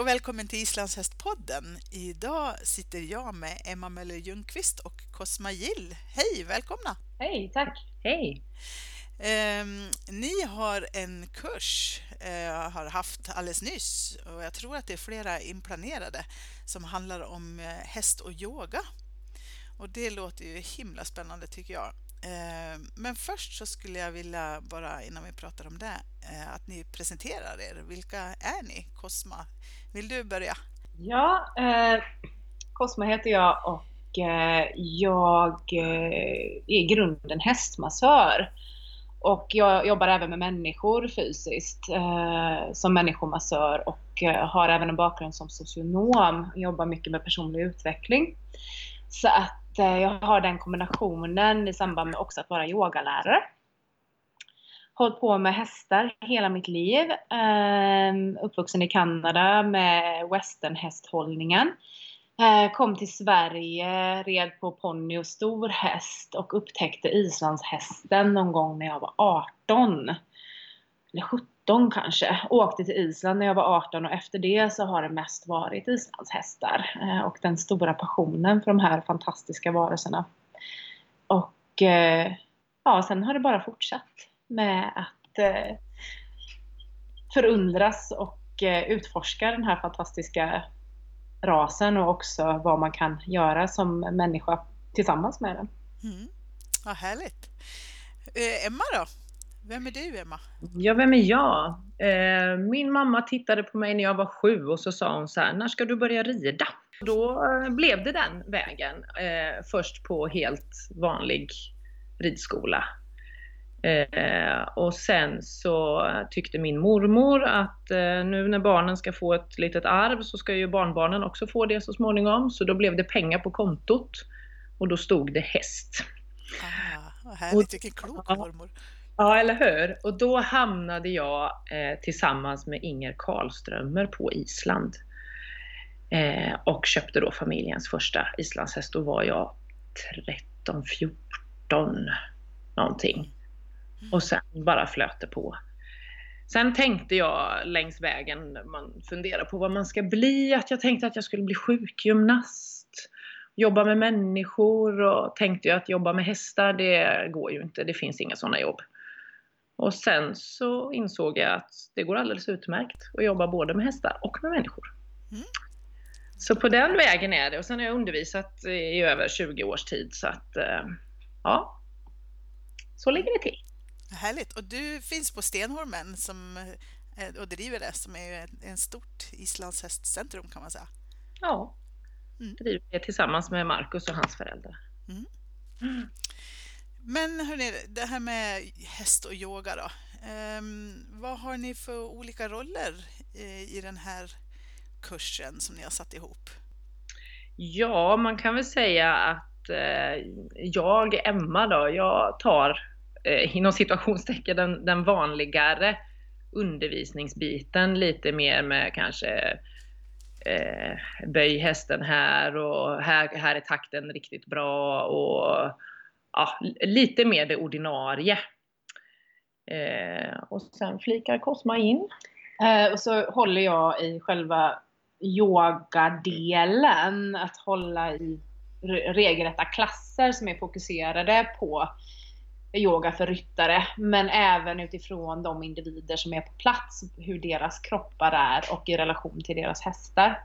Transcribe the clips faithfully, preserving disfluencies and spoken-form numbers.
och välkommen till Islandshästpodden. Idag sitter jag med Emma Möller Ljungqvist och Cosma Gill. Hej, välkomna! Hej, tack! Hej! Eh, ni har en kurs, eh, har haft alldeles nyss, och jag tror att det är flera inplanerade, som handlar om eh, häst och yoga. Och det låter ju himla spännande tycker jag. Eh, men först så skulle jag vilja, bara innan vi pratar om det, eh, att ni presenterar er. Vilka är ni? Cosma, vill du börja? Ja, eh, Cosma heter jag och eh, jag eh, är i grunden hästmassör. Och jag jobbar även med människor fysiskt eh, som människomassör och eh, har även en bakgrund som socionom. Jag jobbar mycket med personlig utveckling. Så att eh, jag har den kombinationen i samband med också att vara yogalärare. Hållit på med hästar hela mitt liv. Eh, uppvuxen i Kanada med westernhästhållningen. Eh, kom till Sverige, red på ponny och stor häst och upptäckte islandshästen någon gång när jag var arton. Eller sjutton kanske. Åkte till Island när jag var arton och efter det så har det mest varit islandshästar. Eh, och den stora passionen för de här fantastiska varelserna. Och eh, ja, sen har det bara fortsatt med att eh, förundras och eh, utforska den här fantastiska rasen och också vad man kan göra som människa tillsammans med den. Mm. Vad härligt. Eh, Emma då? Vem är du, Emma? Ja, vem är jag? Eh, min mamma tittade på mig när jag var sju och så sa hon så här: när ska du börja rida? Då eh, blev det den vägen. Eh, först på helt vanlig ridskola. Eh, och sen så tyckte min mormor att eh, nu när barnen ska få ett litet arv så ska ju barnbarnen också få det så småningom. Så då blev det pengar på kontot och då stod det häst. Ah, vad härligt, vilken klok mormor. Ja, eller hur? Och då hamnade jag eh, tillsammans med Inger Karlströmer på Island. Eh, och köpte då familjens första islandshäst. Då var jag tretton fjorton någonting. Och sen bara flöt det på. Sen tänkte jag längs vägen, man funderar på vad man ska bli, att jag tänkte att jag skulle bli sjukgymnast. Jobba med människor och tänkte jag att jobba med hästar, det går ju inte, det finns inga sådana jobb. Och sen så insåg jag att det går alldeles utmärkt att jobba både med hästar och med människor. Mm. Så på den vägen är det. Och sen har jag undervisat i över tjugo års tid. Så att, ja, så ligger det till. Härligt. Och du finns på Stenholmen som, och driver det, som är en stort islandshästcentrum kan man säga. Ja, mm. driver det tillsammans med Marcus och hans föräldrar. Mm. Mm. Men hörni, det här med häst och yoga då. Um, vad har ni för olika roller i, i den här kursen som ni har satt ihop? Ja, man kan väl säga att eh, jag, Emma då, jag tar eh, inom situationstecken den, den vanligare undervisningsbiten lite mer med kanske eh, böj hästen här och här, här är takten riktigt bra och ja, lite mer det ordinarie. Eh, och sen flikar Cosma in. Eh, och så håller jag i själva yogadelen. Att hålla i regelrätta klasser som är fokuserade på yoga för ryttare. Men även utifrån de individer som är på plats. Hur deras kroppar är och i relation till deras hästar.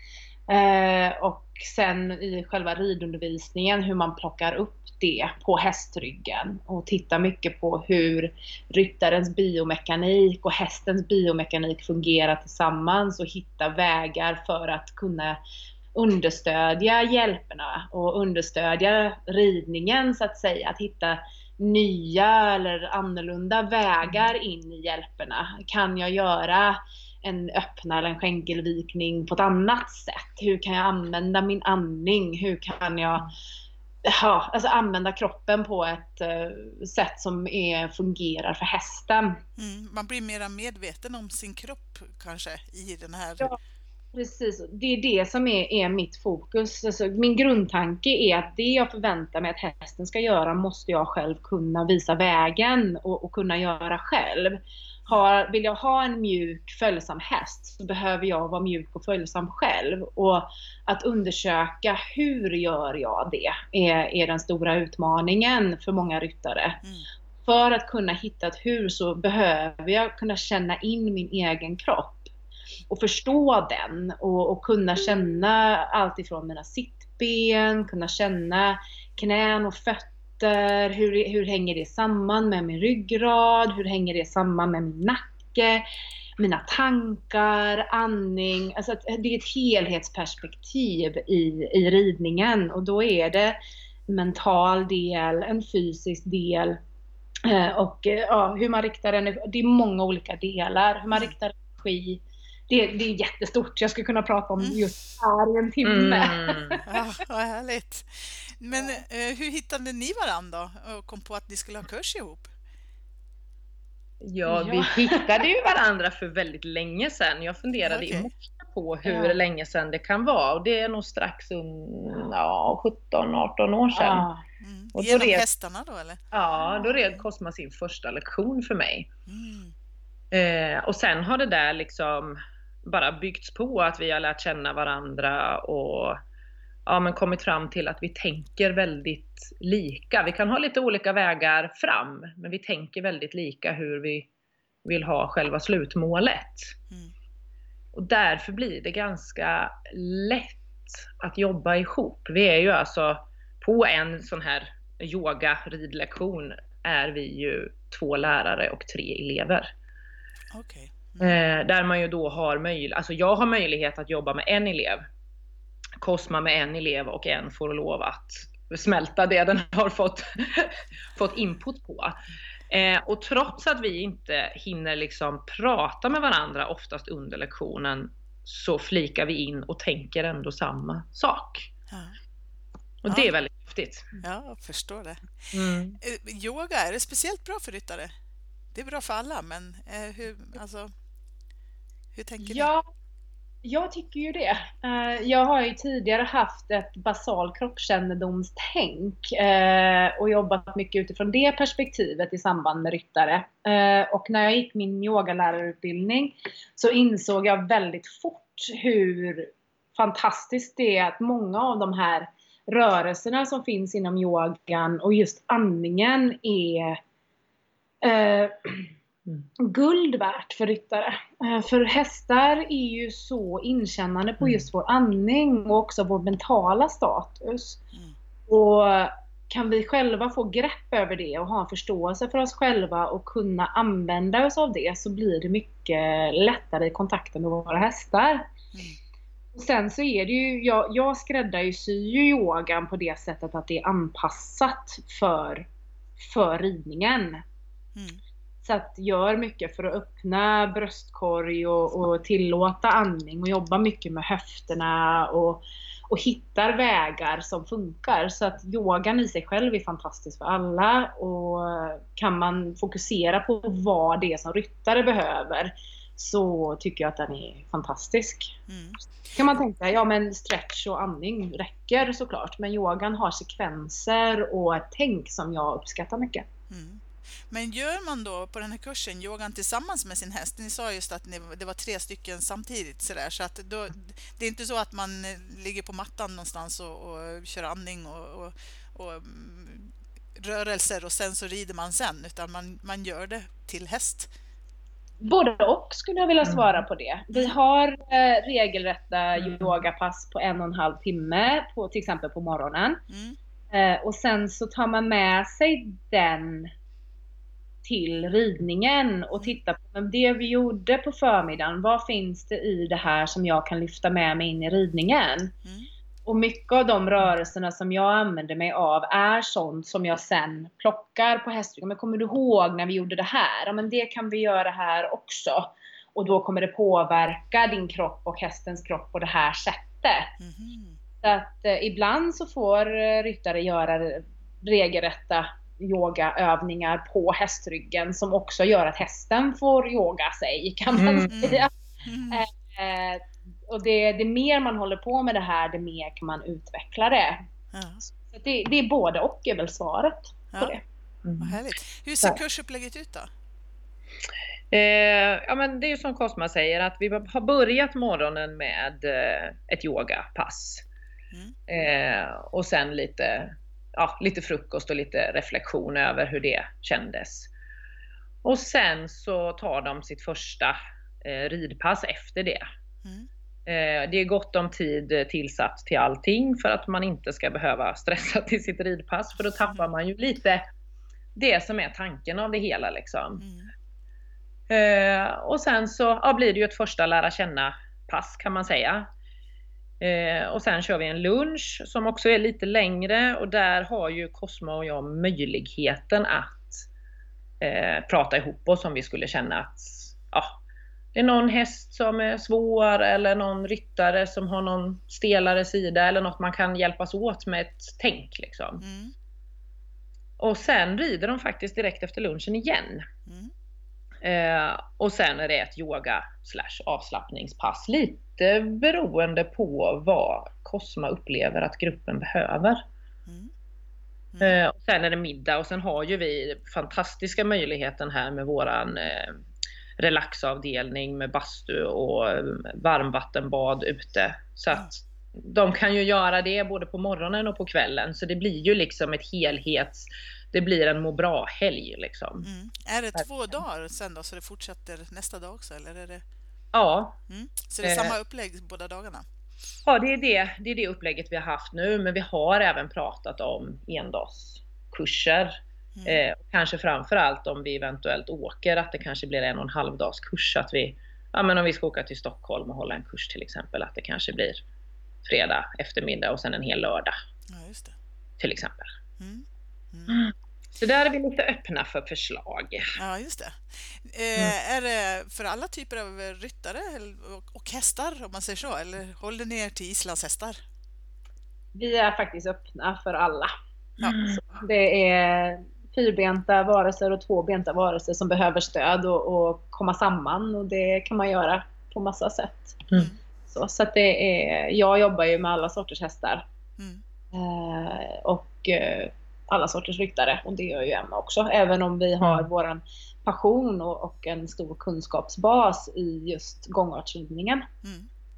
Eh, och sen i själva ridundervisningen hur man plockar upp det på hästryggen och tittar mycket på hur ryttarens biomekanik och hästens biomekanik fungerar tillsammans och hitta vägar för att kunna understödja hjälperna och understödja ridningen så att säga, att hitta nya eller annorlunda vägar in i hjälperna. Kan jag göra en öppna eller en skänkelvikning på ett annat sätt? Hur kan jag använda min andning? Hur kan jag ja, alltså använda kroppen på ett uh, sätt som är, fungerar för hästen? Mm, man blir mer medveten om sin kropp kanske i den här... Ja, precis. Det är det som är, är mitt fokus. Alltså, min grundtanke är att det jag förväntar mig att hästen ska göra måste jag själv kunna visa vägen och, och kunna göra själv. Har, vill jag ha en mjuk följsam häst så behöver jag vara mjuk och följsam själv. Och att undersöka hur gör jag det är, är den stora utmaningen för många ryttare. Mm. För att kunna hitta ett hur så behöver jag kunna känna in min egen kropp. Och förstå den. Och, och kunna känna allt ifrån mina sittben, kunna känna knän och fötter. Hur, hur hänger det samman med min ryggrad? Hur hänger det samman med min nacke? Mina tankar, andning. Alltså att det är ett helhetsperspektiv i, i ridningen. Och då är det en mental del, en fysisk del. Och ja, hur man riktar energi. Det är många olika delar. Hur man riktar energi. Det, det är jättestort. Jag skulle kunna prata om just här i en timme. Mm. Ja, vad härligt. Men eh, hur hittade ni varandra och kom på att ni skulle ha kurs ihop? Ja, ja. Vi hittade ju varandra för väldigt länge sedan. Jag funderade okay. i morse på hur ja. länge sedan det kan vara. Och det är nog strax um, ja, sjutton arton år sedan. Ja. Mm. Och genom red, hästarna då eller? Ja, då red Cosma sin första lektion för mig. Mm. Eh, och sen har det där liksom bara byggts på att vi har lärt känna varandra och ja, men kommit fram till att vi tänker väldigt lika. Vi kan ha lite olika vägar fram, men vi tänker väldigt lika hur vi vill ha själva slutmålet. Mm. Och därför blir det ganska lätt att jobba ihop. Vi är ju alltså på en sån här yoga-ridlektion är vi ju två lärare och tre elever. Okay. Eh, där man ju då har möjlighet, alltså jag har möjlighet att jobba med en elev, Cosma med en elev och en får lov att smälta det den har fått, fått input på. Eh, och trots att vi inte hinner liksom prata med varandra oftast under lektionen så flikar vi in och tänker ändå samma sak. Ja. Och ja. det är väldigt häftigt. Ja, jag förstår det. Mm. Yoga, är det speciellt bra för ryttare? Det är bra för alla, men eh, hur, alltså, hur tänker ja, ni? Jag tycker ju det. Uh, jag har ju tidigare haft ett basal kroppskännedomstänk uh, och jobbat mycket utifrån det perspektivet i samband med ryttare. Uh, och när jag gick min yogalärarutbildning så insåg jag väldigt fort hur fantastiskt det är att många av de här rörelserna som finns inom yogan och just andningen är Uh, guld värt för ryttare. Uh, för hästar är ju så inkännande på just vår andning och också vår mentala status. Mm. Och kan vi själva få grepp över det och ha en förståelse för oss själva och kunna använda oss av det så blir det mycket lättare i kontakten med våra hästar. Mm. Och sen så är det ju, jag, jag skräddar ju syr ju yogan på det sättet att det är anpassat för, för ridningen. Mm. Så att gör mycket för att öppna bröstkorg och, och tillåta andning och jobba mycket med höfterna och, och hittar vägar som funkar. Så att yogan i sig själv är fantastisk för alla och kan man fokusera på vad det är som ryttare behöver så tycker jag att den är fantastisk. Mm. Kan man tänka, ja men stretch och andning räcker såklart, men yogan har sekvenser och ett tänk som jag uppskattar mycket. Mm. Men gör man då på den här kursen yogan tillsammans med sin häst? Ni sa just att det var tre stycken samtidigt så där, så att då, det är inte så att man ligger på mattan någonstans och, och kör andning och, och, och rörelser och sen så rider man sen, utan man, man gör det till häst. Både och skulle jag vilja svara på det. Vi har eh, regelrätta mm. yogapass på en och en halv timme på, till exempel på morgonen. Mm. Eh, och sen så tar man med sig den till ridningen och titta på det vi gjorde på förmiddagen. Vad finns det i det här som jag kan lyfta med mig in i ridningen? Mm. Och mycket av de rörelserna som jag använder mig av är sånt som jag sen plockar på hästryggen. Men kommer du ihåg när vi gjorde det här? Ja, men det kan vi göra här också. Och då kommer det påverka din kropp och hästens kropp på det här sättet. Mm. Så att eh, ibland så får eh, ryttare göra regelrätta yogaövningar på hästryggen som också gör att hästen får yoga sig, kan man mm. säga. Mm. Eh, och det, det mer man håller på med det här, det mer kan man utveckla det. Ja. Så det, det är både och är väl svaret ja. på det. Mm. Vad härligt. Hur ser kursupplägget ut då? Eh, ja men det är ju som Cosma säger att vi har börjat morgonen med eh, ett yogapass. Mm. Eh, och sen lite, ja, lite frukost och lite reflektion över hur det kändes. Och sen så tar de sitt första eh, ridpass efter det. Mm. Eh, det är gott om tid tillsatt till allting för att man inte ska behöva stressa till sitt ridpass. För då tappar man ju lite det som är tanken av det hela liksom. Mm. Eh, och sen så ja, blir det ju ett första lära känna pass kan man säga. Eh, och sen kör vi en lunch som också är lite längre och där har ju Cosma och jag möjligheten att eh, prata ihop oss om vi skulle känna att ja, det är någon häst som är svår eller någon ryttare som har någon stelare sida eller något man kan hjälpas åt med ett tänk liksom. Mm. Och sen rider de faktiskt direkt efter lunchen igen. Mm. Eh, och sen är det ett yoga slash avslappningspass lite beroende på vad Cosma upplever att gruppen behöver. Mm. Mm. Eh, och sen är det middag och sen har ju vi fantastiska möjligheten här med våran eh, relaxavdelning med bastu och eh, varmvattenbad ute. Så att de kan ju göra det både på morgonen och på kvällen. Så det blir ju liksom ett helhets... Det blir en må bra-helg liksom. Mm. Är det två dagar sen då så det fortsätter nästa dag också? Eller är det... Ja. Mm. Så det är Eh. samma upplägg båda dagarna? Ja, det är det, det är det upplägget vi har haft nu. Men vi har även pratat om endagskurser. Mm. Eh, kanske framförallt om vi eventuellt åker. Att det kanske blir en och en halv dags kurs. Att vi, ja, men om vi ska åka till Stockholm och hålla en kurs till exempel. Att det kanske blir fredag eftermiddag och sen en hel lördag. Ja, just det. Till exempel. Mm. Mm. Så där är vi lite öppna för förslag. Ja, just det. Eh, är det för alla typer av ryttare och, och hästar om man säger så? Eller håller ni er till islandshästar? Vi är faktiskt öppna för alla. Ja. Så det är fyrbenta varelser och tvåbenta varelser som behöver stöd och, och komma samman. Och det kan man göra på massa sätt. Mm. Så, så att det är, jag jobbar ju med alla sorters hästar. Mm. Eh, och eh, alla sorters ryttare. Och det gör ju Emma också. Även om vi har Mm. våran passion och, och en stor kunskapsbas i just gångartsridningen. Mm.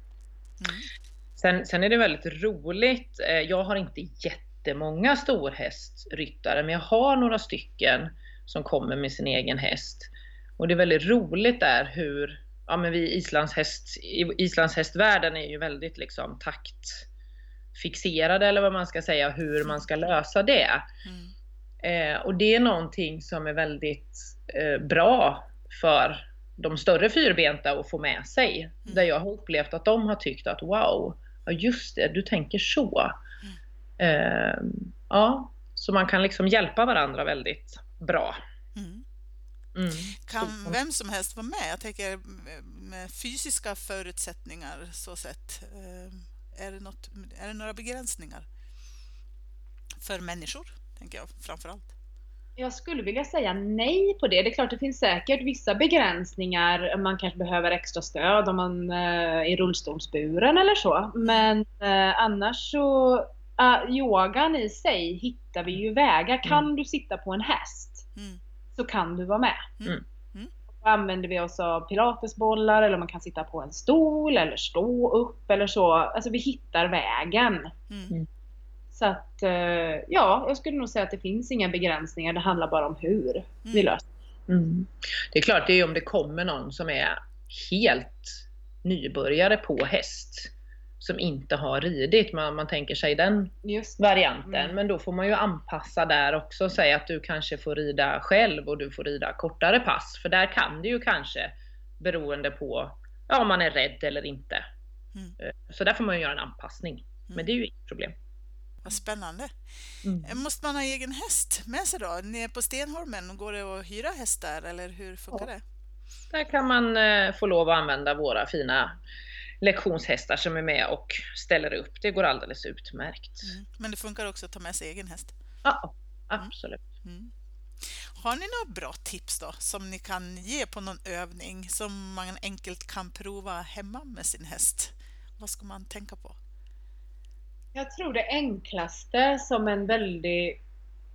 Mm. Sen, sen är det väldigt roligt. Eh, Jag har inte jättemånga storhästryttare, men jag har några stycken som kommer med sin egen häst. Och det är väldigt roligt där hur, ja men vi islandshäst, i islandshästvärlden är ju väldigt liksom taktfixerade eller vad man ska säga, hur man ska lösa det. Mm. Eh, och det är någonting som är väldigt eh, bra för de större fyrbenta att få med sig. Mm. Där jag har upplevt att de har tyckt att wow, ja just det, du tänker så. Mm. Eh, ja, så man kan liksom hjälpa varandra väldigt bra. Mm. Mm. Kan vem som helst vara med? Jag tänker med fysiska förutsättningar så sett. Eh, Är det, något, är det några begränsningar för människor, tänker jag framförallt? Jag skulle vilja säga nej på det. Det är klart det finns säkert vissa begränsningar. Man kanske behöver extra stöd om man eh, är rullstolsburen eller så. Men eh, annars så, uh, yogan i sig hittar vi ju vägar. Kan Mm. du sitta på en häst Mm. så kan du vara med. Mm. Då använder vi oss av pilatesbollar eller man kan sitta på en stol eller stå upp eller så. Alltså vi hittar vägen. Mm. Så att, eh, ja, jag skulle nog säga att det finns inga begränsningar. Det handlar bara om hur vi löser. Mm. Det är klart, det är om det kommer någon som är helt nybörjare på häst. Som inte har ridit. Man, man tänker sig den Just varianten. Mm. Men då får man ju anpassa där också. Och säga att du kanske får rida själv och du får rida kortare pass. För där kan det ju kanske, beroende på ja, om man är rädd eller inte. Mm. Så där får man ju göra en anpassning. Men det är ju inget problem. Vad spännande. Mm. Måste man ha egen häst med sig då? Nere på Stenholmen, går det att hyra hästar eller hur funkar Ja. det? Där kan man eh, få lov att använda våra fina lektionshästar som är med och ställer upp. Det går alldeles utmärkt. Mm. Men det funkar också att ta med sig egen häst? Ja, absolut. Mm. Har ni några bra tips då som ni kan ge på någon övning som man enkelt kan prova hemma med sin häst? Vad ska man tänka på? Jag tror det enklaste som en väldigt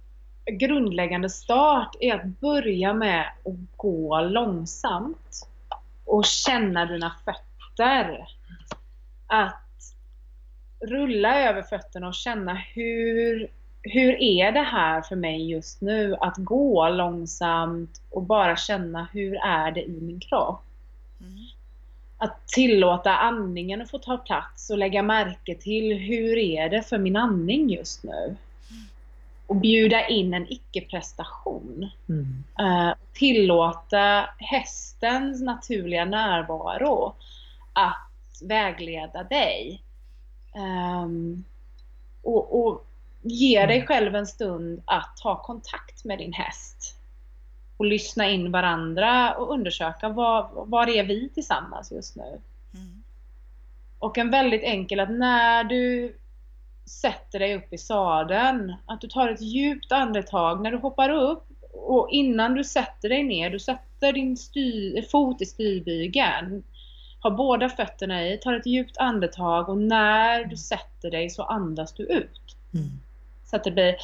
grundläggande start är att börja med att gå långsamt och känna dina fötter. Att rulla över fötterna och känna hur, hur är det här för mig just nu? Att gå långsamt och bara känna hur är det i min kropp. Mm. Att tillåta andningen att få ta plats och lägga märke till hur är det för min andning just nu. Mm. Och bjuda in en icke-prestation. Mm. Uh, tillåta hästens naturliga närvaro att vägleda dig. Um, och, och ge dig själv en stund att ta kontakt med din häst och lyssna in varandra och undersöka vad, vad är vi tillsammans just nu. Mm. Och en väldigt enkel att när du sätter dig upp i sadeln, att du tar ett djupt andetag när du hoppar upp, och innan du sätter dig ner, du sätter din styr, fot i styrbygeln, har båda fötterna i, tar ett djupt andetag, och när du sätter dig så andas du ut. Mm. Så att det blir...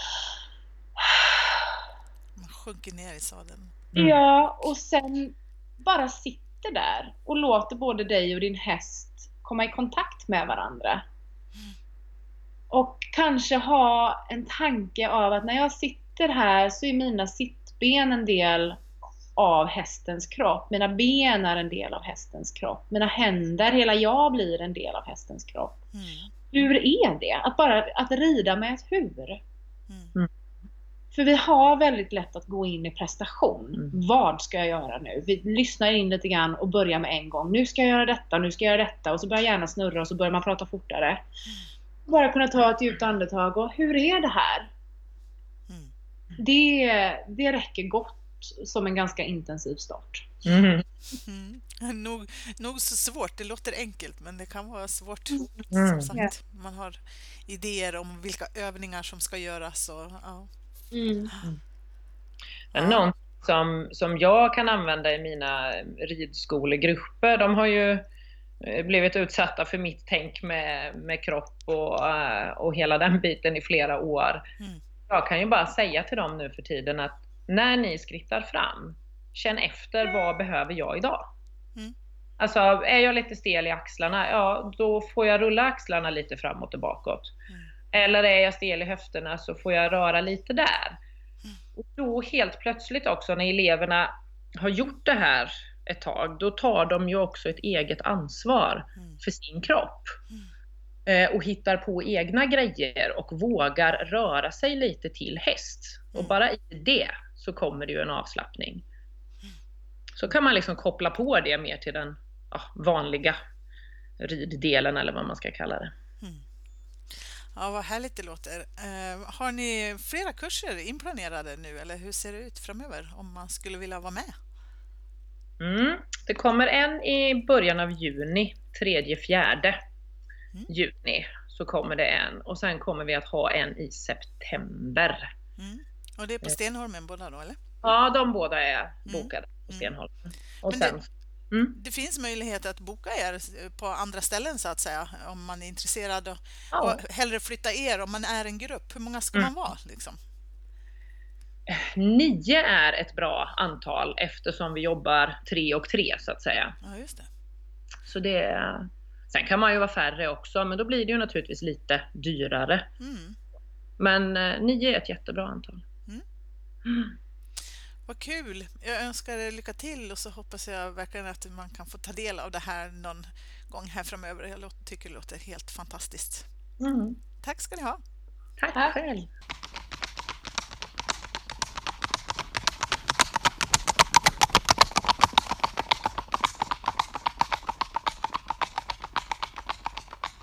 Man sjunker ner i sadeln. Mm. Ja, och sen bara sitter där och låter både dig och din häst komma i kontakt med varandra. Mm. Och kanske ha en tanke av att när jag sitter här så är mina sittben en del av hästens kropp. Mina ben är en del av hästens kropp. Mina händer, hela jag blir en del av hästens kropp. Mm. Hur är det? Att bara att rida med ett hur. Mm. För vi har väldigt lätt att gå in i prestation. Mm. Vad ska jag göra nu? Vi lyssnar in lite grann och börjar med en gång. Nu ska jag göra detta, nu ska jag göra detta. Och så börjar hjärnan snurra och så börjar man prata fortare. Mm. Bara kunna ta ett djupt andetag. Och hur är det här? Mm. Det, det räcker gott som en ganska intensiv start. Mm. Mm. Nog, nog så svårt. Det låter enkelt, men det kan vara svårt. Mm. Som sagt, man har idéer om vilka övningar som ska göras. Och, ja. Mm. Ja. Någon som, som jag kan använda i mina ridskolegrupper, de har ju blivit utsatta för mitt tänk med, med kropp och, och hela den biten i flera år. Mm. Jag kan ju bara säga till dem nu för tiden att när ni skrittar fram, känn efter, vad behöver jag idag? Mm. Alltså, är jag lite stel i axlarna, ja, då får jag rulla axlarna lite framåt och bakåt. Mm. Eller är jag stel i höfterna så får jag röra lite där. Mm. Och då helt plötsligt också när eleverna har gjort det här ett tag, då tar de ju också ett eget ansvar mm. för sin kropp. Mm. Eh, och hittar på egna grejer och vågar röra sig lite till häst. Mm. Och bara i det så kommer det ju en avslappning. Mm. Så kan man liksom koppla på det mer till den ja, vanliga riddelen eller vad man ska kalla det. Mm. Ja, vad härligt det låter. Eh, har ni flera kurser inplanerade nu eller hur ser det ut framöver om man skulle vilja vara med? Mm. Det kommer en i början av juni, tredje, fjärde mm. juni så kommer det en. Och sen kommer vi att ha en i september. Mm. Och det är på Stenholmen båda då eller? Ja, de båda är bokade mm. på Stenholmen. Och Men sen... det... Mm. Det finns möjlighet att boka er på andra ställen så att säga om man är intresserad och, ja. och hellre flytta er om man är en grupp. Hur många ska mm. man vara liksom? Nio är ett bra antal eftersom vi jobbar tre och tre så att säga. Ja, just det. Så det sen kan man ju vara färre också men då blir det ju naturligtvis lite dyrare. Mm. Men eh, nio är ett jättebra antal. Mm. Mm. Vad kul! Jag önskar er lycka till och så hoppas jag verkligen att man kan få ta del av det här någon gång här framöver. Jag tycker det låter helt fantastiskt. Mm. Tack ska ni ha! Tack själv!